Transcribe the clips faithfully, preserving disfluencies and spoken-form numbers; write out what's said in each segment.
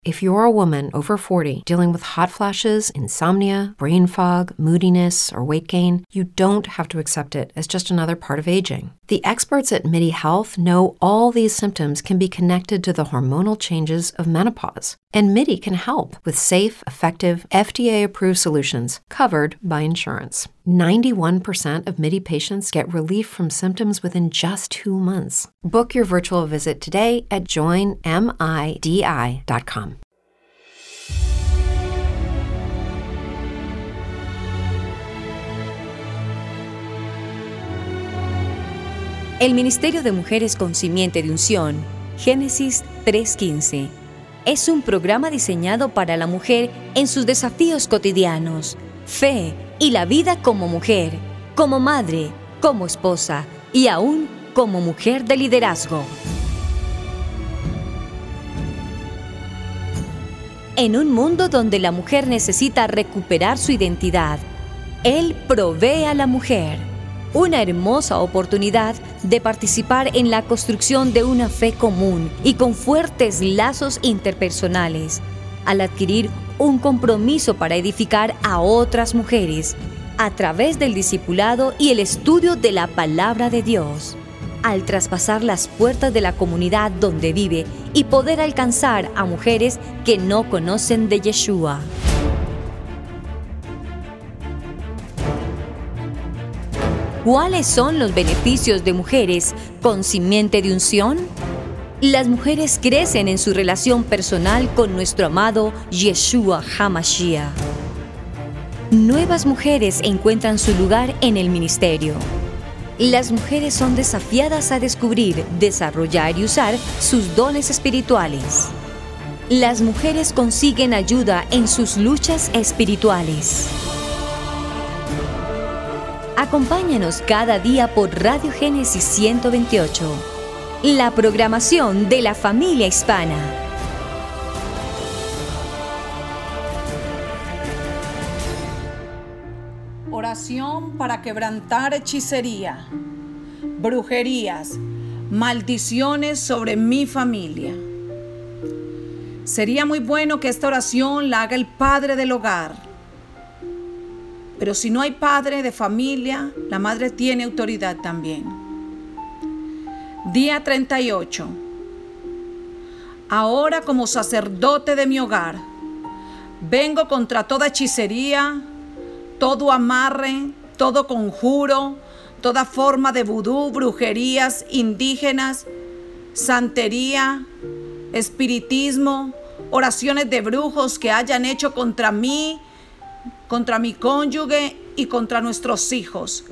If you're a woman over forty dealing with hot flashes, insomnia, brain fog, moodiness, or weight gain, you don't have to accept it as just another part of aging. The experts at MIDI Health know all these symptoms can be connected to the hormonal changes of menopause. And MIDI can help with safe, effective, F D A-approved solutions covered by insurance. ninety-one percent of MIDI patients get relief from symptoms within just two months. Book your virtual visit today at join midi dot com. El Ministerio de Mujeres con Simiente de Unción, Génesis tres quince, es un programa diseñado para la mujer en sus desafíos cotidianos, fe y la vida como mujer, como madre, como esposa y aún como mujer de liderazgo. En un mundo donde la mujer necesita recuperar su identidad, Él provee a la mujer una hermosa oportunidad de participar en la construcción de una fe común y con fuertes lazos interpersonales, al adquirir un compromiso para edificar a otras mujeres a través del discipulado y el estudio de la palabra de Dios, al traspasar las puertas de la comunidad donde vive y poder alcanzar a mujeres que no conocen de Yeshua. ¿Cuáles son los beneficios de mujeres con simiente de unción? Las mujeres crecen en su relación personal con nuestro amado Yeshua HaMashiach. Nuevas mujeres encuentran su lugar en el ministerio. Las mujeres son desafiadas a descubrir, desarrollar y usar sus dones espirituales. Las mujeres consiguen ayuda en sus luchas espirituales. Acompáñanos cada día por Radio Génesis ciento veintiocho, la programación de la familia hispana. Oración para quebrantar hechicería, brujerías, maldiciones sobre mi familia. Sería muy bueno que esta oración la haga el padre del hogar. Pero si no hay padre de familia, la madre tiene autoridad también. Día treinta y ocho. Ahora, como sacerdote de mi hogar, vengo contra toda hechicería, todo amarre, todo conjuro, toda forma de vudú, brujerías indígenas, santería, espiritismo, oraciones de brujos que hayan hecho contra mí, contra mi cónyuge y contra nuestros hijos.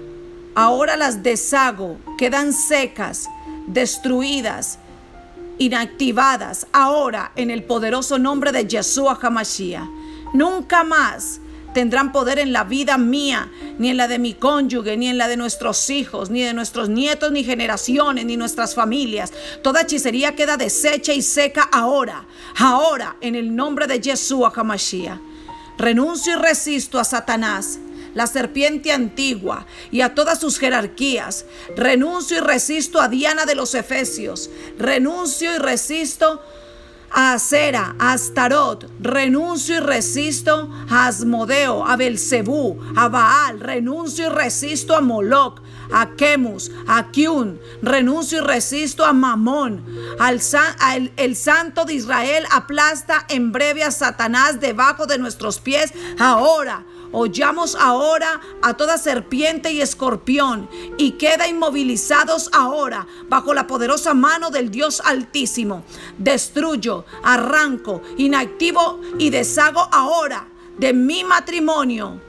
Ahora las deshago, quedan secas, destruidas, inactivadas, ahora en el poderoso nombre de Yeshua HaMashiach. Nunca más tendrán poder en la vida mía, ni en la de mi cónyuge, ni en la de nuestros hijos, ni de nuestros nietos, ni generaciones, ni nuestras familias. Toda hechicería queda deshecha y seca ahora, ahora en el nombre de Yeshua HaMashiach. Renuncio y resisto a Satanás, la serpiente antigua, y a todas sus jerarquías. Renuncio y resisto a Diana de los Efesios. Renuncio y resisto a Acera, a Astarot. Renuncio y resisto a Asmodeo, a Belcebú, a Baal. Renuncio y resisto a Moloc, a Kemus, a Kiun. Renuncio y resisto a Mamón. Al san, al, el santo de Israel aplasta en breve a Satanás debajo de nuestros pies. Ahora, hollamos ahora a toda serpiente y escorpión y queda inmovilizados ahora bajo la poderosa mano del Dios Altísimo. Destruyo, arranco, inactivo y deshago ahora de mi matrimonio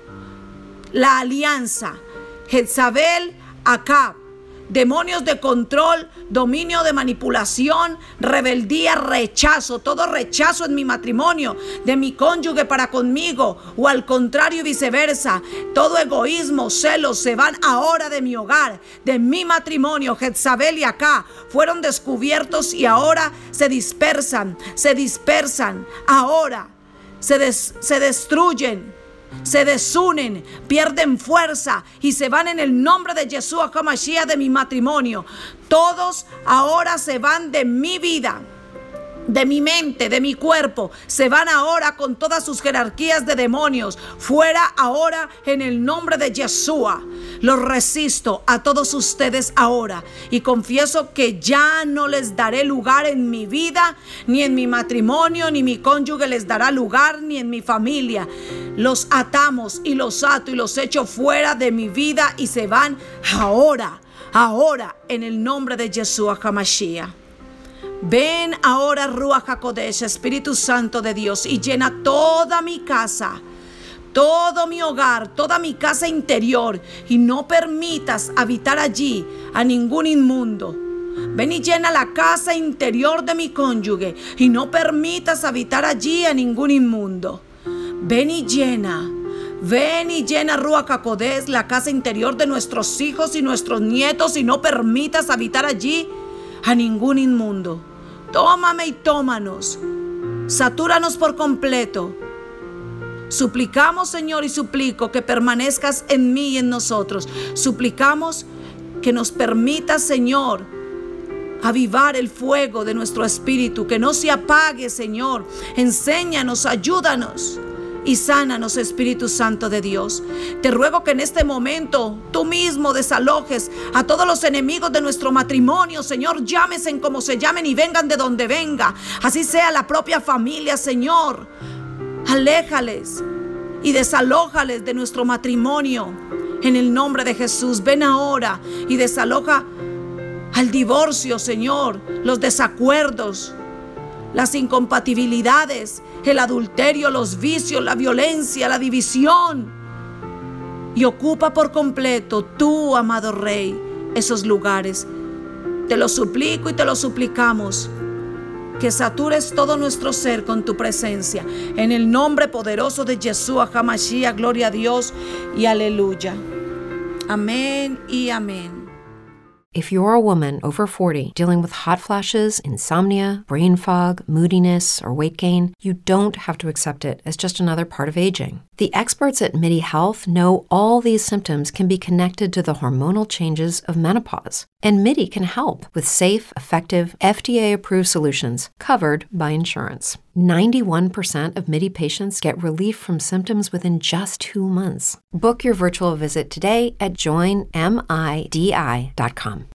la alianza Jezabel, Acab, demonios de control, dominio de manipulación, rebeldía, rechazo, todo rechazo en mi matrimonio, de mi cónyuge para conmigo, o al contrario y viceversa. Todo egoísmo, celos se van ahora de mi hogar, de mi matrimonio. Jezabel y Acab fueron descubiertos y ahora se dispersan, se dispersan, ahora se, des, se destruyen. Se desunen, pierden fuerza y se van en el nombre de Yeshua HaMashiach de mi matrimonio. Todos ahora se van de mi vida, de mi mente, de mi cuerpo, se van ahora con todas sus jerarquías de demonios, fuera ahora en el nombre de Yeshua. Los resisto a todos ustedes ahora y confieso que ya no les daré lugar en mi vida, ni en mi matrimonio, ni mi cónyuge les dará lugar, ni en mi familia. Los atamos y los ato y los echo fuera de mi vida y se van ahora, ahora en el nombre de Yeshua HaMashiach. Ven ahora, Ruach HaKodesh, Espíritu Santo de Dios, y llena toda mi casa, todo mi hogar, toda mi casa interior, y no permitas habitar allí a ningún inmundo. Ven y llena la casa interior de mi cónyuge, y no permitas habitar allí a ningún inmundo. Ven y llena, ven y llena, Ruach HaKodesh, la casa interior de nuestros hijos y nuestros nietos, y no permitas habitar allí a ningún inmundo. Tómame y tómanos, satúranos por completo. Suplicamos, Señor, y suplico que permanezcas en mí y en nosotros. Suplicamos que nos permitas, Señor, avivar el fuego de nuestro espíritu, que no se apague, Señor. Enséñanos, ayúdanos y sánanos, Espíritu Santo de Dios. Te ruego que en este momento tú mismo desalojes a todos los enemigos de nuestro matrimonio, Señor. Llámesen como se llamen y vengan de donde venga. Así sea la propia familia, Señor. Aléjales y desalójales de nuestro matrimonio en el nombre de Jesús. Ven ahora y desaloja al divorcio, Señor, los desacuerdos, las incompatibilidades, el adulterio, los vicios, la violencia, la división. Y ocupa por completo tú, amado Rey, esos lugares. Te lo suplico y te lo suplicamos, que satures todo nuestro ser con tu presencia. En el nombre poderoso de Yeshua HaMashiach, gloria a Dios y aleluya. Amén y amén. If you're a woman over forty dealing with hot flashes, insomnia, brain fog, moodiness, or weight gain, you don't have to accept it as just another part of aging. The experts at MIDI Health know all these symptoms can be connected to the hormonal changes of menopause. And MIDI can help with safe, effective, F D A-approved solutions covered by insurance. ninety-one percent of MIDI patients get relief from symptoms within just two months. Book your virtual visit today at join midi dot com.